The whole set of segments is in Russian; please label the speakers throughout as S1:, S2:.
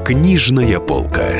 S1: Книжная полка.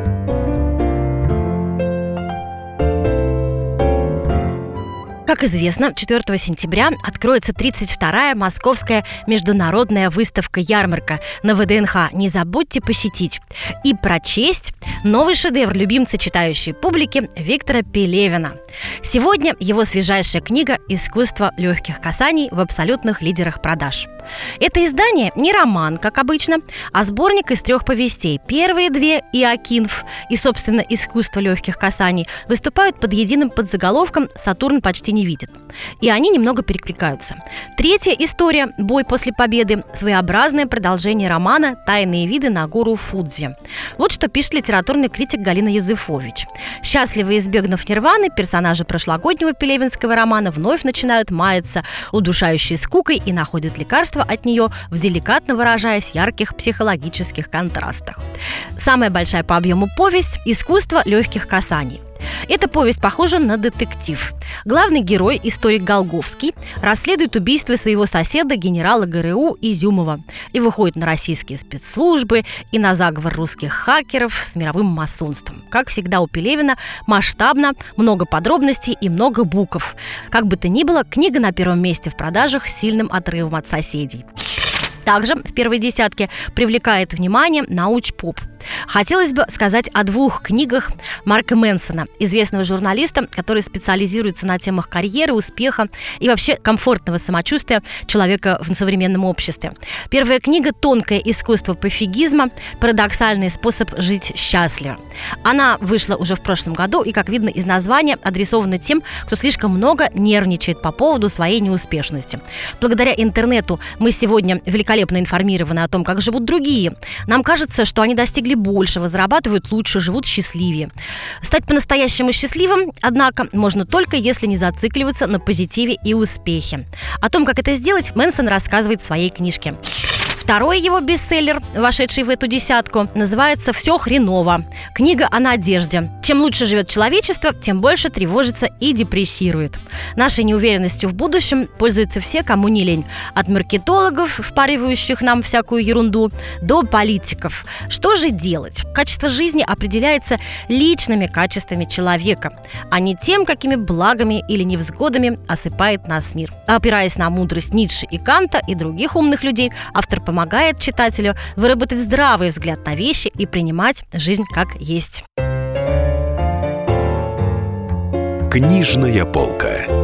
S2: Как известно, 4 сентября откроется 32-я Московская международная выставка-ярмарка на ВДНХ. Не забудьте посетить и прочесть новый шедевр любимца читающей публики Виктора Пелевина. Сегодня его свежайшая книга «Искусство легких касаний» в абсолютных лидерах продаж. Это издание не роман, как обычно, а сборник из 3 повестей. Первые 2 «Иокинф» и, собственно, «Искусство легких касаний» выступают под единым подзаголовком «Сатурн почти не видит». И они немного перекликаются. 3-я история «Бой после победы» – своеобразное продолжение романа «Тайные виды на гору Фудзи». Вот что пишет литературный критик Галина Юзефович. Счастливо избегнув нирваны, персонажи прошлогоднего пелевинского романа вновь начинают маяться удушающей скукой и находят лекарство от нее в, деликатно выражаясь, ярких психологических контрастах. Самая большая по объему повесть «Искусство легких касаний». Эта повесть похожа на детектив. Главный герой, историк Голговский, расследует убийство своего соседа, генерала ГРУ Изюмова, и выходит на российские спецслужбы и на заговор русских хакеров с мировым масонством. Как всегда у Пелевина, масштабно, много подробностей и много букв. Как бы то ни было, книга на первом месте в продажах с сильным отрывом от соседей. Также в первой десятке привлекает внимание науч-поп. Хотелось бы сказать о 2 книгах Марка Мэнсона, известного журналиста, который специализируется на темах карьеры, успеха и вообще комфортного самочувствия человека в современном обществе. Первая книга «Тонкое искусство пофигизма. Парадоксальный способ жить счастливо». Она вышла уже в прошлом году и, как видно из названия, адресована тем, кто слишком много нервничает по поводу своей неуспешности. Благодаря интернету мы сегодня великолепно информированы о том, как живут другие. Нам кажется, что они достигли большего, зарабатывают лучше, живут счастливее. Стать по-настоящему счастливым, однако, можно только если не зацикливаться на позитиве и успехе. О том, как это сделать, Мэнсон рассказывает в своей книжке. Второй его бестселлер, вошедший в эту десятку, называется «Все хреново». Книга о надежде. Чем лучше живет человечество, тем больше тревожится и депрессирует. Нашей неуверенностью в будущем пользуются все, кому не лень. От маркетологов, впаривающих нам всякую ерунду, до политиков. Что же делать? Качество жизни определяется личными качествами человека, а не тем, какими благами или невзгодами осыпает нас мир. Опираясь на мудрость Ницше и Канта и других умных людей, автор помогает читателю выработать здравый взгляд на вещи и принимать жизнь как есть.
S1: Книжная полка.